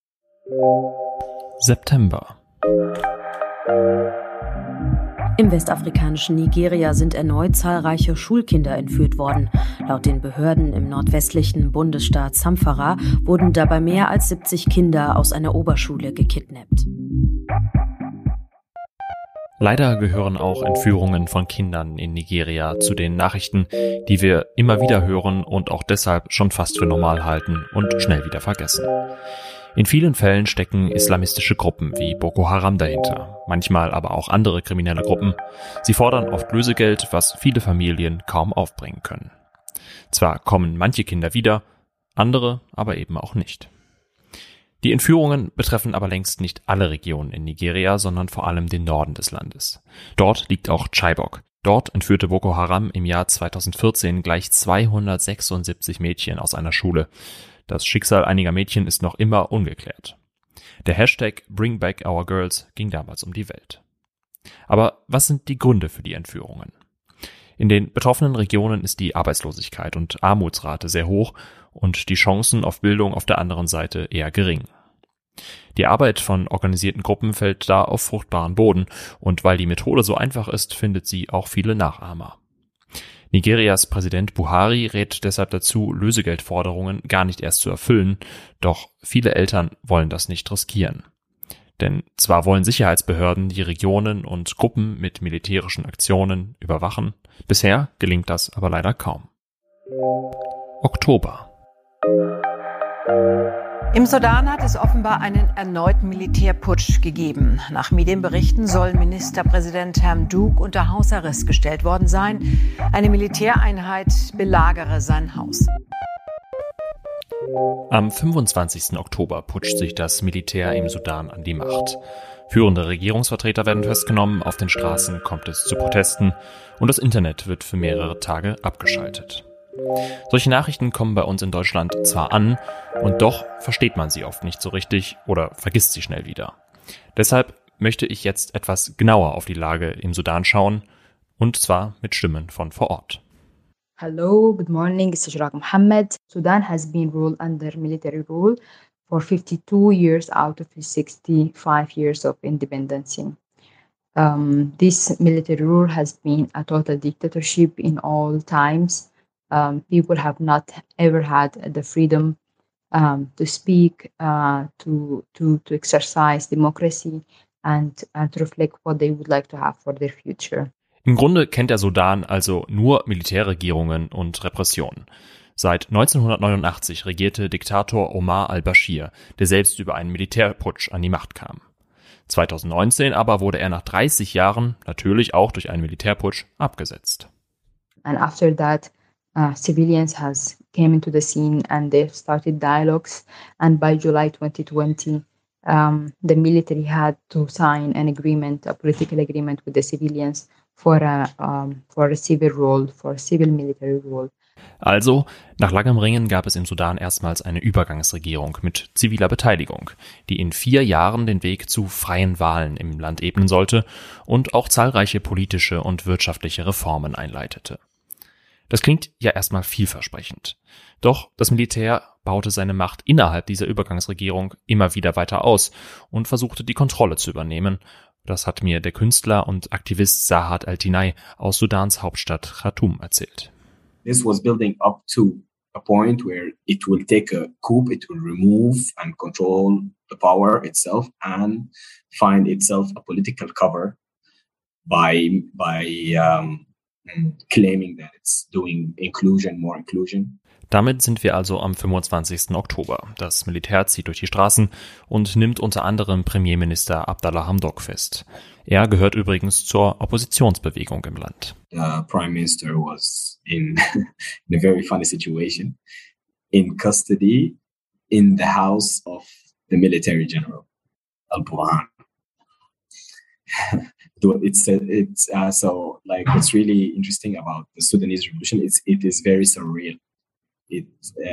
[SPEAKER 1] September.
[SPEAKER 2] Im westafrikanischen Nigeria sind erneut zahlreiche Schulkinder entführt worden. Laut den Behörden im nordwestlichen Bundesstaat Zamfara wurden dabei mehr als 70 Kinder aus einer Oberschule gekidnappt.
[SPEAKER 1] Leider gehören auch Entführungen von Kindern in Nigeria zu den Nachrichten, die wir immer wieder hören und auch deshalb schon fast für normal halten und schnell wieder vergessen. In vielen Fällen stecken islamistische Gruppen wie Boko Haram dahinter, manchmal aber auch andere kriminelle Gruppen. Sie fordern oft Lösegeld, was viele Familien kaum aufbringen können. Zwar kommen manche Kinder wieder, andere aber eben auch nicht. Die Entführungen betreffen aber längst nicht alle Regionen in Nigeria, sondern vor allem den Norden des Landes. Dort liegt auch Chibok. Dort entführte Boko Haram im Jahr 2014 gleich 276 Mädchen aus einer Schule. Das Schicksal einiger Mädchen ist noch immer ungeklärt. Der Hashtag Bring Back Our Girls ging damals um die Welt. Aber was sind die Gründe für die Entführungen? In den betroffenen Regionen ist die Arbeitslosigkeit und Armutsrate sehr hoch und die Chancen auf Bildung auf der anderen Seite eher gering. Die Arbeit von organisierten Gruppen fällt da auf fruchtbaren Boden und weil die Methode so einfach ist, findet sie auch viele Nachahmer. Nigerias Präsident Buhari rät deshalb dazu, Lösegeldforderungen gar nicht erst zu erfüllen, doch viele Eltern wollen das nicht riskieren. Denn zwar wollen Sicherheitsbehörden die Regionen und Gruppen mit militärischen Aktionen überwachen, bisher gelingt das aber leider kaum. Oktober.
[SPEAKER 15] Im Sudan hat es offenbar einen erneuten Militärputsch gegeben. Nach Medienberichten soll Ministerpräsident Hamdok unter Hausarrest gestellt worden sein. Eine Militäreinheit belagere sein Haus.
[SPEAKER 1] Am 25. Oktober putscht sich das Militär im Sudan an die Macht. Führende Regierungsvertreter werden festgenommen, auf den Straßen kommt es zu Protesten und das Internet wird für mehrere Tage abgeschaltet. Solche Nachrichten kommen bei uns in Deutschland zwar an, und doch versteht man sie oft nicht so richtig oder vergisst sie schnell wieder. Deshalb möchte ich jetzt etwas genauer auf die Lage im Sudan schauen, und zwar mit Stimmen von vor Ort.
[SPEAKER 16] Hello, good morning, it's Shraq Mohammed. Sudan has been ruled under military rule for 52 years out of its 65 years of independence. This military rule has been a total dictatorship in all times. People have not ever had the freedom to speak, to exercise democracy and to reflect what they would like to have for their future.
[SPEAKER 1] Im Grunde kennt der Sudan also nur Militärregierungen und Repressionen. Seit 1989 regierte Diktator Omar al-Bashir, der selbst über einen Militärputsch an die Macht kam. 2019 aber wurde er nach 30 Jahren, natürlich auch durch einen Militärputsch, abgesetzt.
[SPEAKER 16] And after that, civilians came into the scene and they started dialogues. And by July 2020, the military had to sign an agreement, a political agreement with the civilians for a civil role, for a civil military role.
[SPEAKER 1] Also, nach langem Ringen gab es im Sudan erstmals eine Übergangsregierung mit ziviler Beteiligung, die in 4 Jahren den Weg zu freien Wahlen im Land ebnen sollte und auch zahlreiche politische und wirtschaftliche Reformen einleitete. Das klingt ja erstmal vielversprechend. Doch das Militär baute seine Macht innerhalb dieser Übergangsregierung immer wieder weiter aus und versuchte die Kontrolle zu übernehmen. Das hat mir der Künstler und Aktivist Sahat Al-Tinai aus Sudans Hauptstadt Khartoum erzählt.
[SPEAKER 17] This was building up to a point where it will take a coup, it will remove and control the power itself and find itself a political cover by claiming that it's doing inclusion, more inclusion.
[SPEAKER 1] Damit sind wir also am 25. Oktober. Das Militär zieht durch die Straßen und nimmt unter anderem Premierminister Abdallah Hamdok fest. Er gehört übrigens zur Oppositionsbewegung im Land.
[SPEAKER 17] The Prime Minister was in a very funny situation, in custody in the house of the military general, Al-Burhan. It's what's really interesting about the Sudanese revolution. It is very surreal. It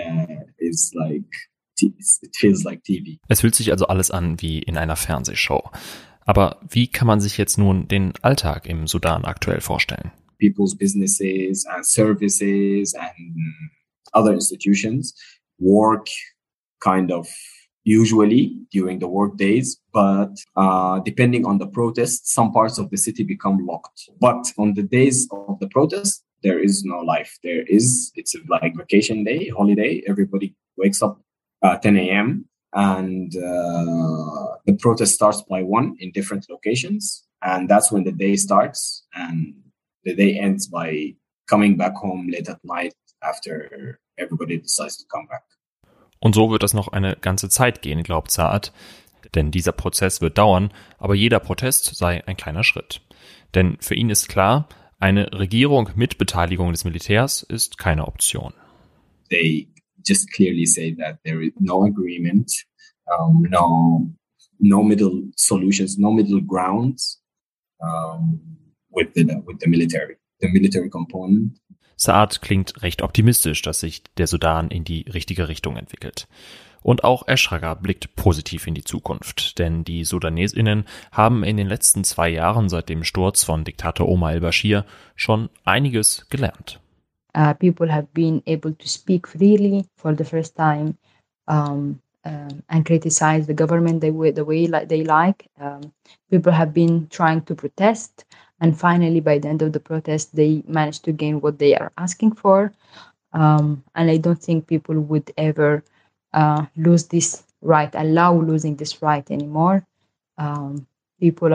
[SPEAKER 17] feels like TV.
[SPEAKER 1] Es fühlt sich also alles an wie in einer Fernsehshow. Aber wie kann man sich jetzt nun den Alltag im Sudan aktuell vorstellen?
[SPEAKER 17] People's businesses and services and other institutions work kind of usually during the work days, but depending on the protests, some parts of the city become locked. But on the days of the protest, there is no life. It's like vacation day, holiday. Everybody wakes up 10 a.m. and the protest starts by 1 in different locations. And that's when the day starts, and the day ends by coming back home late at night after everybody decides to come back.
[SPEAKER 1] Und so wird das noch eine ganze Zeit gehen, glaubt Saad. Denn dieser Prozess wird dauern, aber jeder Protest sei ein kleiner Schritt. Denn für ihn ist klar, eine Regierung mit Beteiligung des Militärs ist keine Option.
[SPEAKER 17] They just clearly say that there is no agreement, no middle solutions, no middle grounds with the military component.
[SPEAKER 1] Saad klingt recht optimistisch, dass sich der Sudan in die richtige Richtung entwickelt. Und auch Eschraga blickt positiv in die Zukunft, denn die SudanesInnen haben in den letzten 2 Jahren seit dem Sturz von Diktator Omar el-Bashir schon einiges gelernt.
[SPEAKER 16] People have been able to speak freely for the first time and criticize the government the way they like. People have been trying to protest, and finally, by the end of the protest, they managed to gain what they are asking for. And I don't think people would ever lose this right, allow losing this right anymore. People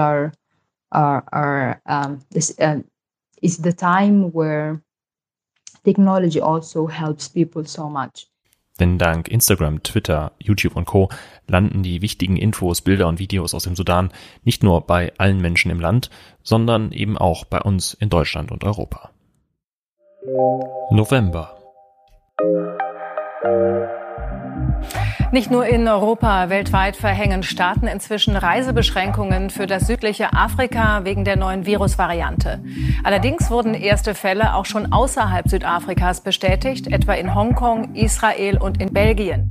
[SPEAKER 16] this is the time where technology also helps people so much.
[SPEAKER 1] Denn dank Instagram, Twitter, YouTube und Co. landen die wichtigen Infos, Bilder und Videos aus dem Sudan nicht nur bei allen Menschen im Land, sondern eben auch bei uns in Deutschland und Europa. November.
[SPEAKER 15] Nicht nur in Europa, weltweit verhängen Staaten inzwischen Reisebeschränkungen für das südliche Afrika wegen der neuen Virusvariante. Allerdings wurden erste Fälle auch schon außerhalb Südafrikas bestätigt, etwa in Hongkong, Israel und in Belgien.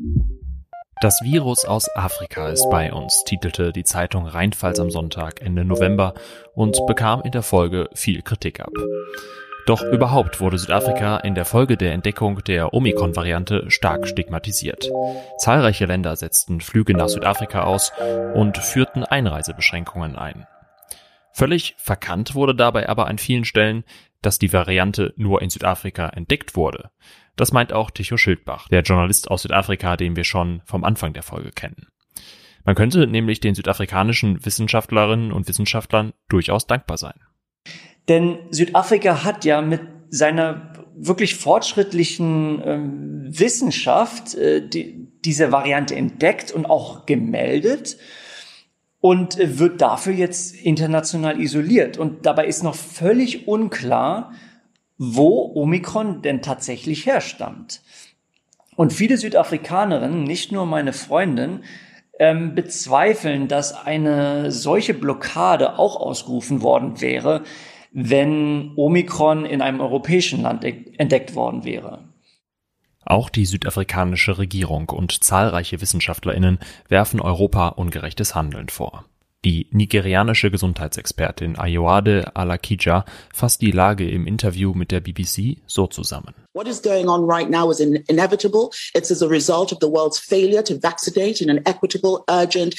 [SPEAKER 1] Das Virus aus Afrika ist bei uns, titelte die Zeitung Rheinpfalz am Sonntag Ende November und bekam in der Folge viel Kritik ab. Doch überhaupt wurde Südafrika in der Folge der Entdeckung der Omikron-Variante stark stigmatisiert. Zahlreiche Länder setzten Flüge nach Südafrika aus und führten Einreisebeschränkungen ein. Völlig verkannt wurde dabei aber an vielen Stellen, dass die Variante nur in Südafrika entdeckt wurde. Das meint auch Tycho Schildbach, der Journalist aus Südafrika, den wir schon vom Anfang der Folge kennen. Man könnte nämlich den südafrikanischen Wissenschaftlerinnen und Wissenschaftlern durchaus dankbar sein.
[SPEAKER 6] Denn Südafrika hat ja mit seiner wirklich fortschrittlichen Wissenschaft diese Variante entdeckt und auch gemeldet und wird dafür jetzt international isoliert. Und dabei ist noch völlig unklar, wo Omikron denn tatsächlich herstammt. Und viele Südafrikanerinnen, nicht nur meine Freundin, bezweifeln, dass eine solche Blockade auch ausgerufen worden wäre, wenn Omikron in einem europäischen Land entdeckt worden wäre.
[SPEAKER 1] Auch die südafrikanische Regierung und zahlreiche WissenschaftlerInnen werfen Europa ungerechtes Handeln vor. Die nigerianische Gesundheitsexpertin Ayoade Alakija fasst die Lage im Interview mit der BBC so zusammen.
[SPEAKER 18] What is going on right now is inevitable. It's as a result of the world's failure to vaccinate in an equitable, urgent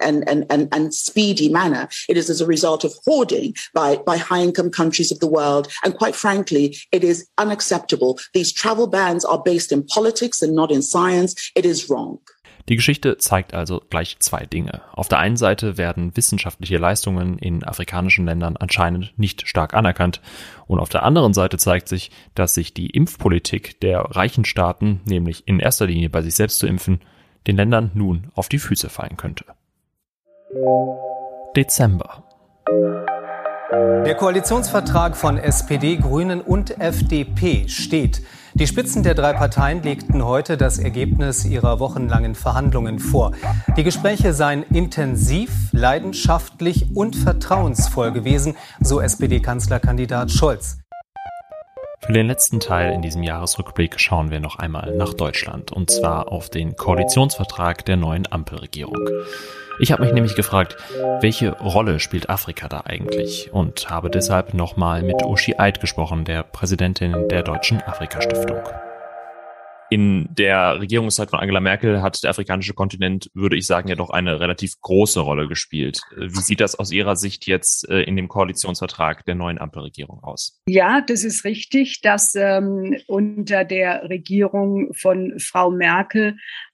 [SPEAKER 18] and speedy manner. It is as a result of hoarding by high-income countries of the world. And quite frankly, it is unacceptable. These travel bans are based in politics and not in science. It is wrong.
[SPEAKER 1] Die Geschichte zeigt also gleich 2 Dinge. Auf der einen Seite werden wissenschaftliche Leistungen in afrikanischen Ländern anscheinend nicht stark anerkannt. Und auf der anderen Seite zeigt sich, dass sich die Impfpolitik der reichen Staaten, nämlich in erster Linie bei sich selbst zu impfen, den Ländern nun auf die Füße fallen könnte. Dezember.
[SPEAKER 19] Der Koalitionsvertrag von SPD, Grünen und FDP steht. Die Spitzen der 3 Parteien legten heute das Ergebnis ihrer wochenlangen Verhandlungen vor. Die Gespräche seien intensiv, leidenschaftlich und vertrauensvoll gewesen, so SPD-Kanzlerkandidat Scholz.
[SPEAKER 1] Für den letzten Teil in diesem Jahresrückblick schauen wir noch einmal nach Deutschland, und zwar auf den Koalitionsvertrag der neuen Ampelregierung. Ich habe mich nämlich gefragt, welche Rolle spielt Afrika da eigentlich, und habe deshalb nochmal mit Uschi Eid gesprochen, der Präsidentin der Deutschen Afrika-Stiftung. In der Regierungszeit von Angela Merkel hat der afrikanische Kontinent, würde ich sagen, ja doch eine relativ große Rolle gespielt. Wie sieht das aus Ihrer Sicht jetzt in dem Koalitionsvertrag der neuen Ampelregierung aus?
[SPEAKER 4] Ja, das ist richtig, dass unter der Regierung von Frau Merkel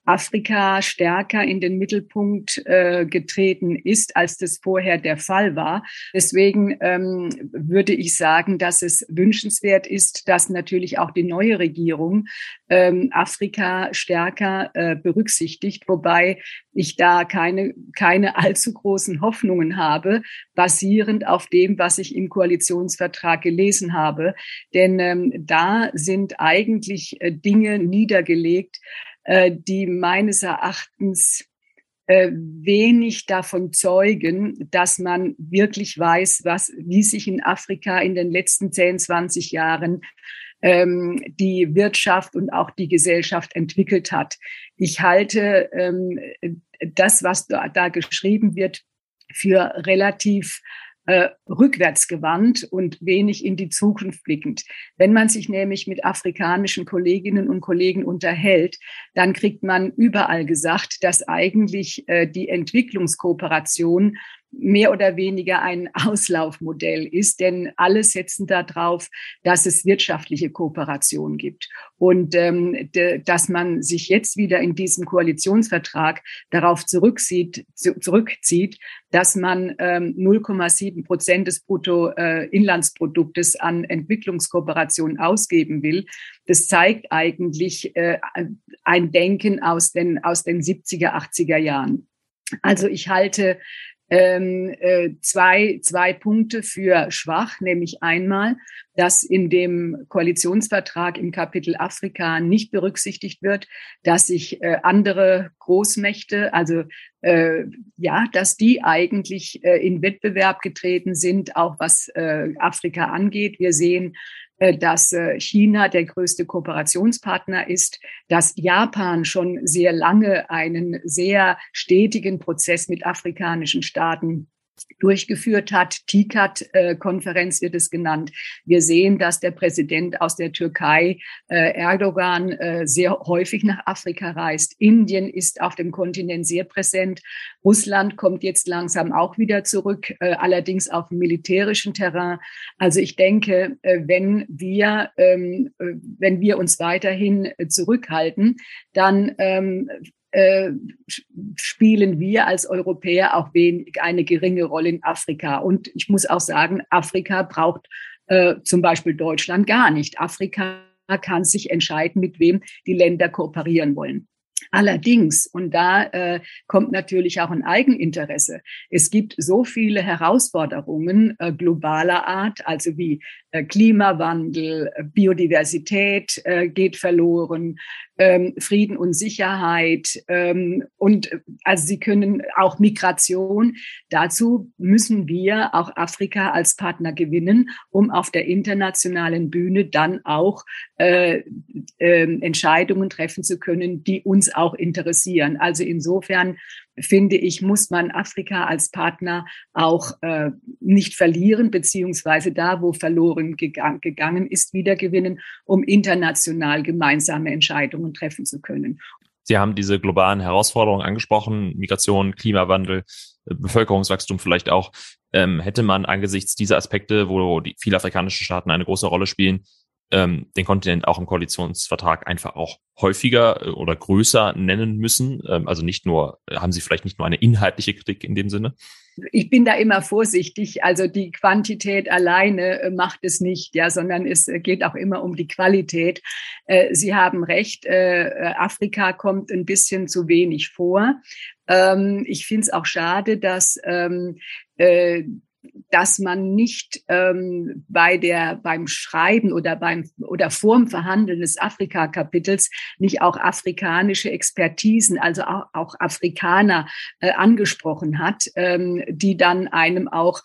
[SPEAKER 4] Afrika stärker in den Mittelpunkt getreten ist, als das vorher der Fall war. Deswegen würde ich sagen, dass es wünschenswert ist, dass natürlich auch die neue Regierung Afrika stärker berücksichtigt, wobei ich da keine allzu großen Hoffnungen habe, basierend auf dem, was ich im Koalitionsvertrag gelesen habe. Denn da sind eigentlich Dinge niedergelegt, die meines Erachtens wenig davon zeugen, dass man wirklich weiß, wie sich in Afrika in den letzten 10, 20 Jahren die Wirtschaft und auch die Gesellschaft entwickelt hat. Ich halte das, was da geschrieben wird, für relativ rückwärtsgewandt und wenig in die Zukunft blickend. Wenn man sich nämlich mit afrikanischen Kolleginnen und Kollegen unterhält, dann kriegt man überall gesagt, dass eigentlich die Entwicklungskooperation mehr oder weniger ein Auslaufmodell ist, denn alle setzen darauf, dass es wirtschaftliche Kooperation gibt. Und dass man sich jetzt wieder in diesem Koalitionsvertrag darauf zurückzieht, dass man 0,7% des Bruttoinlandsproduktes an Entwicklungskooperation ausgeben will. Das zeigt eigentlich ein Denken aus den 70er, 80er Jahren. Also ich halte zwei Punkte für schwach, nämlich einmal, dass in dem Koalitionsvertrag im Kapitel Afrika nicht berücksichtigt wird, dass sich andere Großmächte, also dass die eigentlich in Wettbewerb getreten sind, auch was Afrika angeht. Wir sehen, dass China der größte Kooperationspartner ist, dass Japan schon sehr lange einen sehr stetigen Prozess mit afrikanischen Staaten durchgeführt hat. TICAD-Konferenz wird es genannt. Wir sehen, dass der Präsident aus der Türkei, Erdogan, sehr häufig nach Afrika reist. Indien ist auf dem Kontinent sehr präsent. Russland kommt jetzt langsam auch wieder zurück, allerdings auf dem militärischen Terrain. Also ich denke, wenn wir uns weiterhin zurückhalten, dann spielen wir als Europäer auch eine geringe Rolle in Afrika. Und ich muss auch sagen, Afrika braucht zum Beispiel Deutschland gar nicht. Afrika kann sich entscheiden, mit wem die Länder kooperieren wollen. Allerdings, und da kommt natürlich auch ein Eigeninteresse, es gibt so viele Herausforderungen globaler Art, also wie Klimawandel, Biodiversität geht verloren, Frieden und Sicherheit und also sie können auch Migration. Dazu müssen wir auch Afrika als Partner gewinnen, um auf der internationalen Bühne dann auch Entscheidungen treffen zu können, die uns auch interessieren. Also insofern finde ich, muss man Afrika als Partner auch nicht verlieren, beziehungsweise da, wo verloren gegangen ist, wiedergewinnen, um international gemeinsame Entscheidungen treffen zu können.
[SPEAKER 1] Sie haben diese globalen Herausforderungen angesprochen, Migration, Klimawandel, Bevölkerungswachstum vielleicht auch. Hätte man angesichts dieser Aspekte, wo viele afrikanische Staaten eine große Rolle spielen, den Kontinent auch im Koalitionsvertrag einfach auch häufiger oder größer nennen müssen? Also haben Sie vielleicht nicht nur eine inhaltliche Kritik in dem Sinne?
[SPEAKER 4] Ich bin da immer vorsichtig. Also die Quantität alleine macht es nicht, ja, sondern es geht auch immer um die Qualität. Sie haben recht, Afrika kommt ein bisschen zu wenig vor. Ich finde es auch schade, dass man nicht beim Schreiben oder vorm Verhandeln des Afrika-Kapitels nicht auch afrikanische Expertisen, also auch Afrikaner angesprochen hat, die dann einem auch,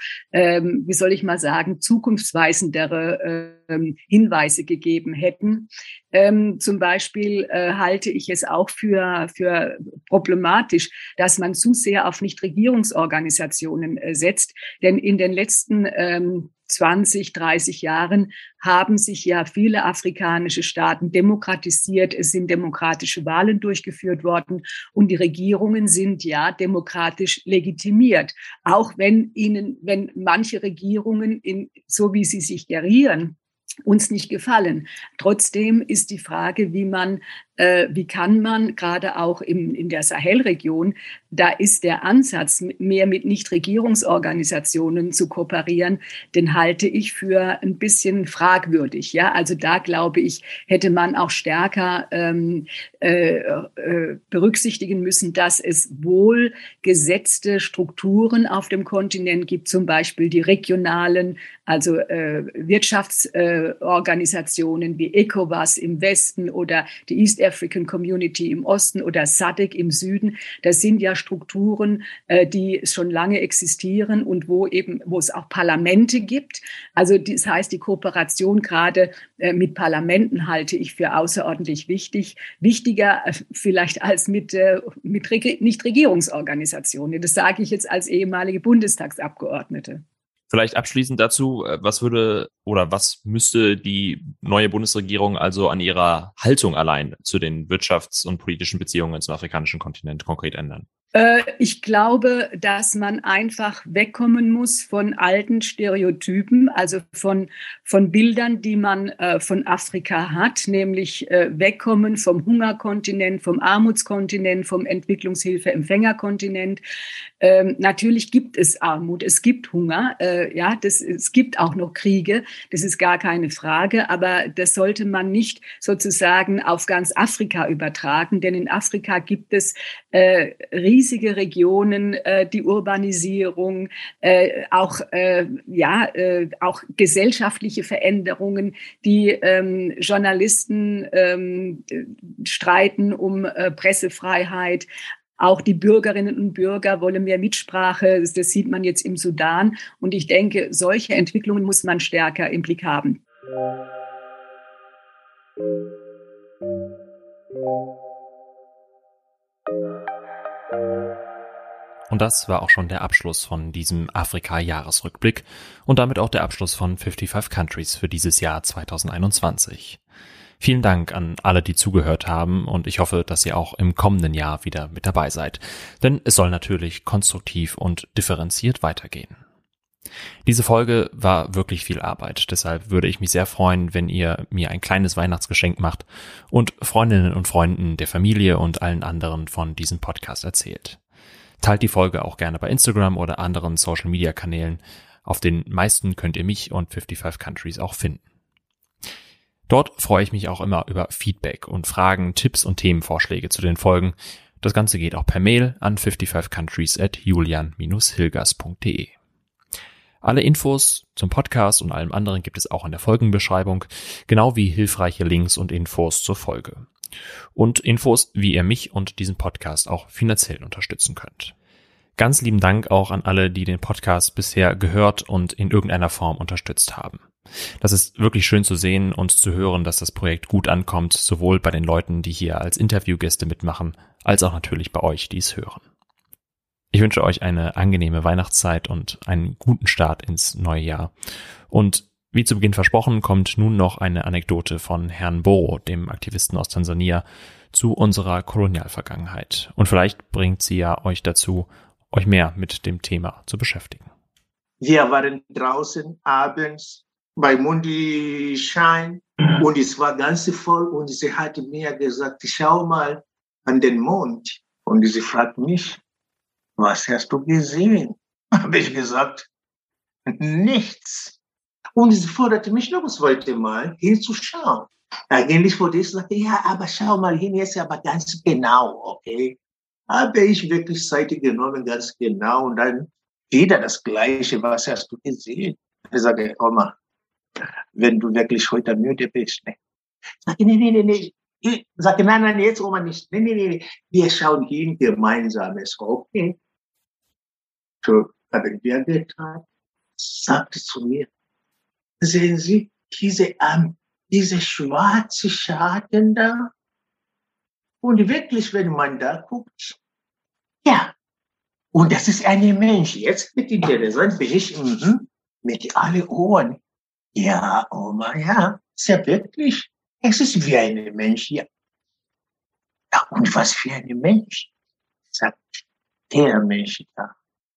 [SPEAKER 4] zukunftsweisendere Hinweise gegeben hätten. Zum Beispiel halte ich es auch für problematisch, dass man zu sehr auf Nichtregierungsorganisationen setzt, denn in den letzten 20, 30 Jahren haben sich ja viele afrikanische Staaten demokratisiert. Es sind demokratische Wahlen durchgeführt worden und die Regierungen sind ja demokratisch legitimiert. Auch wenn manche Regierungen so wie sie sich gerieren, uns nicht gefallen. Trotzdem ist die Frage, wie man wie kann man gerade auch in der Sahelregion, da ist der Ansatz, mehr mit Nichtregierungsorganisationen zu kooperieren, den halte ich für ein bisschen fragwürdig. Ja, also da glaube ich, hätte man auch stärker berücksichtigen müssen, dass es wohl gesetzte Strukturen auf dem Kontinent gibt, zum Beispiel die regionalen, also Wirtschaftsorganisationen wie ECOWAS im Westen oder die East African Community im Osten oder SADC im Süden. Das sind ja Strukturen, die schon lange existieren und wo es auch Parlamente gibt. Also das heißt, die Kooperation gerade mit Parlamenten halte ich für außerordentlich wichtig. Wichtiger vielleicht als mit Nichtregierungsorganisationen. Das sage ich jetzt als ehemalige Bundestagsabgeordnete.
[SPEAKER 1] Vielleicht abschließend dazu, was müsste die neue Bundesregierung also an ihrer Haltung allein zu den wirtschafts- und politischen Beziehungen zum afrikanischen Kontinent konkret ändern?
[SPEAKER 4] Ich glaube, dass man einfach wegkommen muss von alten Stereotypen, also von Bildern, die man von Afrika hat, nämlich wegkommen vom Hungerkontinent, vom Armutskontinent, vom Entwicklungshilfeempfängerkontinent. Natürlich gibt es Armut, es gibt Hunger, es gibt auch noch Kriege, das ist gar keine Frage, aber das sollte man nicht sozusagen auf ganz Afrika übertragen, denn in Afrika gibt es riesige Regionen, die Urbanisierung, auch gesellschaftliche Veränderungen, die Journalisten streiten um Pressefreiheit. Auch die Bürgerinnen und Bürger wollen mehr Mitsprache. Das sieht man jetzt im Sudan. Und ich denke, solche Entwicklungen muss man stärker im Blick haben.
[SPEAKER 1] Und das war auch schon der Abschluss von diesem Afrika-Jahresrückblick und damit auch der Abschluss von 55 Countries für dieses Jahr 2021. Vielen Dank an alle, die zugehört haben und ich hoffe, dass ihr auch im kommenden Jahr wieder mit dabei seid. Denn es soll natürlich konstruktiv und differenziert weitergehen. Diese Folge war wirklich viel Arbeit, deshalb würde ich mich sehr freuen, wenn ihr mir ein kleines Weihnachtsgeschenk macht und Freundinnen und Freunden, der Familie und allen anderen von diesem Podcast erzählt. Teilt die Folge auch gerne bei Instagram oder anderen Social-Media-Kanälen. Auf den meisten könnt ihr mich und 55 Countries auch finden. Dort freue ich mich auch immer über Feedback und Fragen, Tipps und Themenvorschläge zu den Folgen. Das Ganze geht auch per Mail an 55countries@julian-hilgers.de. Alle Infos zum Podcast und allem anderen gibt es auch in der Folgenbeschreibung, genau wie hilfreiche Links und Infos zur Folge. Und Infos, wie ihr mich und diesen Podcast auch finanziell unterstützen könnt. Ganz lieben Dank auch an alle, die den Podcast bisher gehört und in irgendeiner Form unterstützt haben. Das ist wirklich schön zu sehen und zu hören, dass das Projekt gut ankommt, sowohl bei den Leuten, die hier als Interviewgäste mitmachen, als auch natürlich bei euch, die es hören. Ich wünsche euch eine angenehme Weihnachtszeit und einen guten Start ins neue Jahr. Und wie zu Beginn versprochen, kommt nun noch eine Anekdote von Herrn Boro, dem Aktivisten aus Tansania, zu unserer Kolonialvergangenheit. Und vielleicht bringt sie ja euch dazu, euch mehr mit dem Thema zu beschäftigen.
[SPEAKER 10] Wir waren draußen abends bei Mondschein und es war ganz voll und sie hat mir gesagt, schau mal an den Mond. Und sie fragt mich, was hast du gesehen? Habe ich gesagt, nichts. Und sie forderte mich noch das zweite Mal hinzuschauen. Eigentlich wollte ich sagen, ja, aber schau mal hin, jetzt aber ganz genau, okay? Habe ich wirklich Zeit genommen, ganz genau, und dann wieder das Gleiche, was hast du gesehen? Ich sage, Oma, wenn du wirklich heute müde bist, ne? Sage, nee. Ich sage, nein, jetzt Oma nicht. Nee. Wir schauen hin gemeinsam, ist okay. So haben wir getan. Sagte zu mir, sehen Sie diese schwarze Schatten da? Und wirklich, wenn man da guckt, ja. Und das ist ein Mensch. Jetzt wird interessant, bin ich mit alle Ohren. Ja, Oma, ja, ist ja wirklich. Es ist wie ein Mensch, ja. Ja, und was für ein Mensch? Sagt der Mensch da.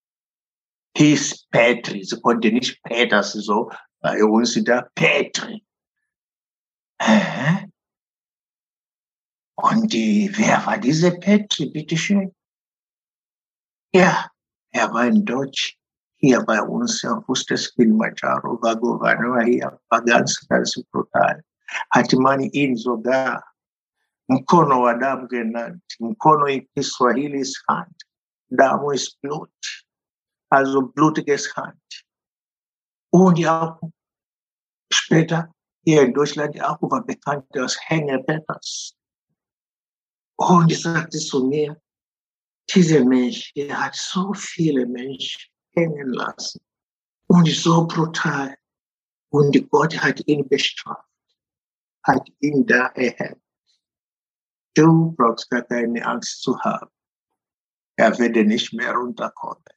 [SPEAKER 10] Hieß Petri. Sie konnte nicht Peters so, bei uns da Petri. Und wer war dieser Petri, bitteschön? Ja, er war in Deutsch hier bei uns auf Ustes Kilimanjaro, war Gouverneur hier, war ganz, ganz brutal. Hatte man ihn sogar mkono wa damu genannt. Mkono in Kiswahili ist Hand, Damu ist Blut, also blutiges Hand. Und ja, später hier in Deutschland auch war bekannt als Henner Peters. Und ich sagte zu mir, dieser Mensch, der hat so viele Menschen hängen lassen und ist so brutal. Und Gott hat ihn bestraft, hat ihn da erhängt. Du brauchst gar keine Angst zu haben. Er wird nicht mehr runterkommen.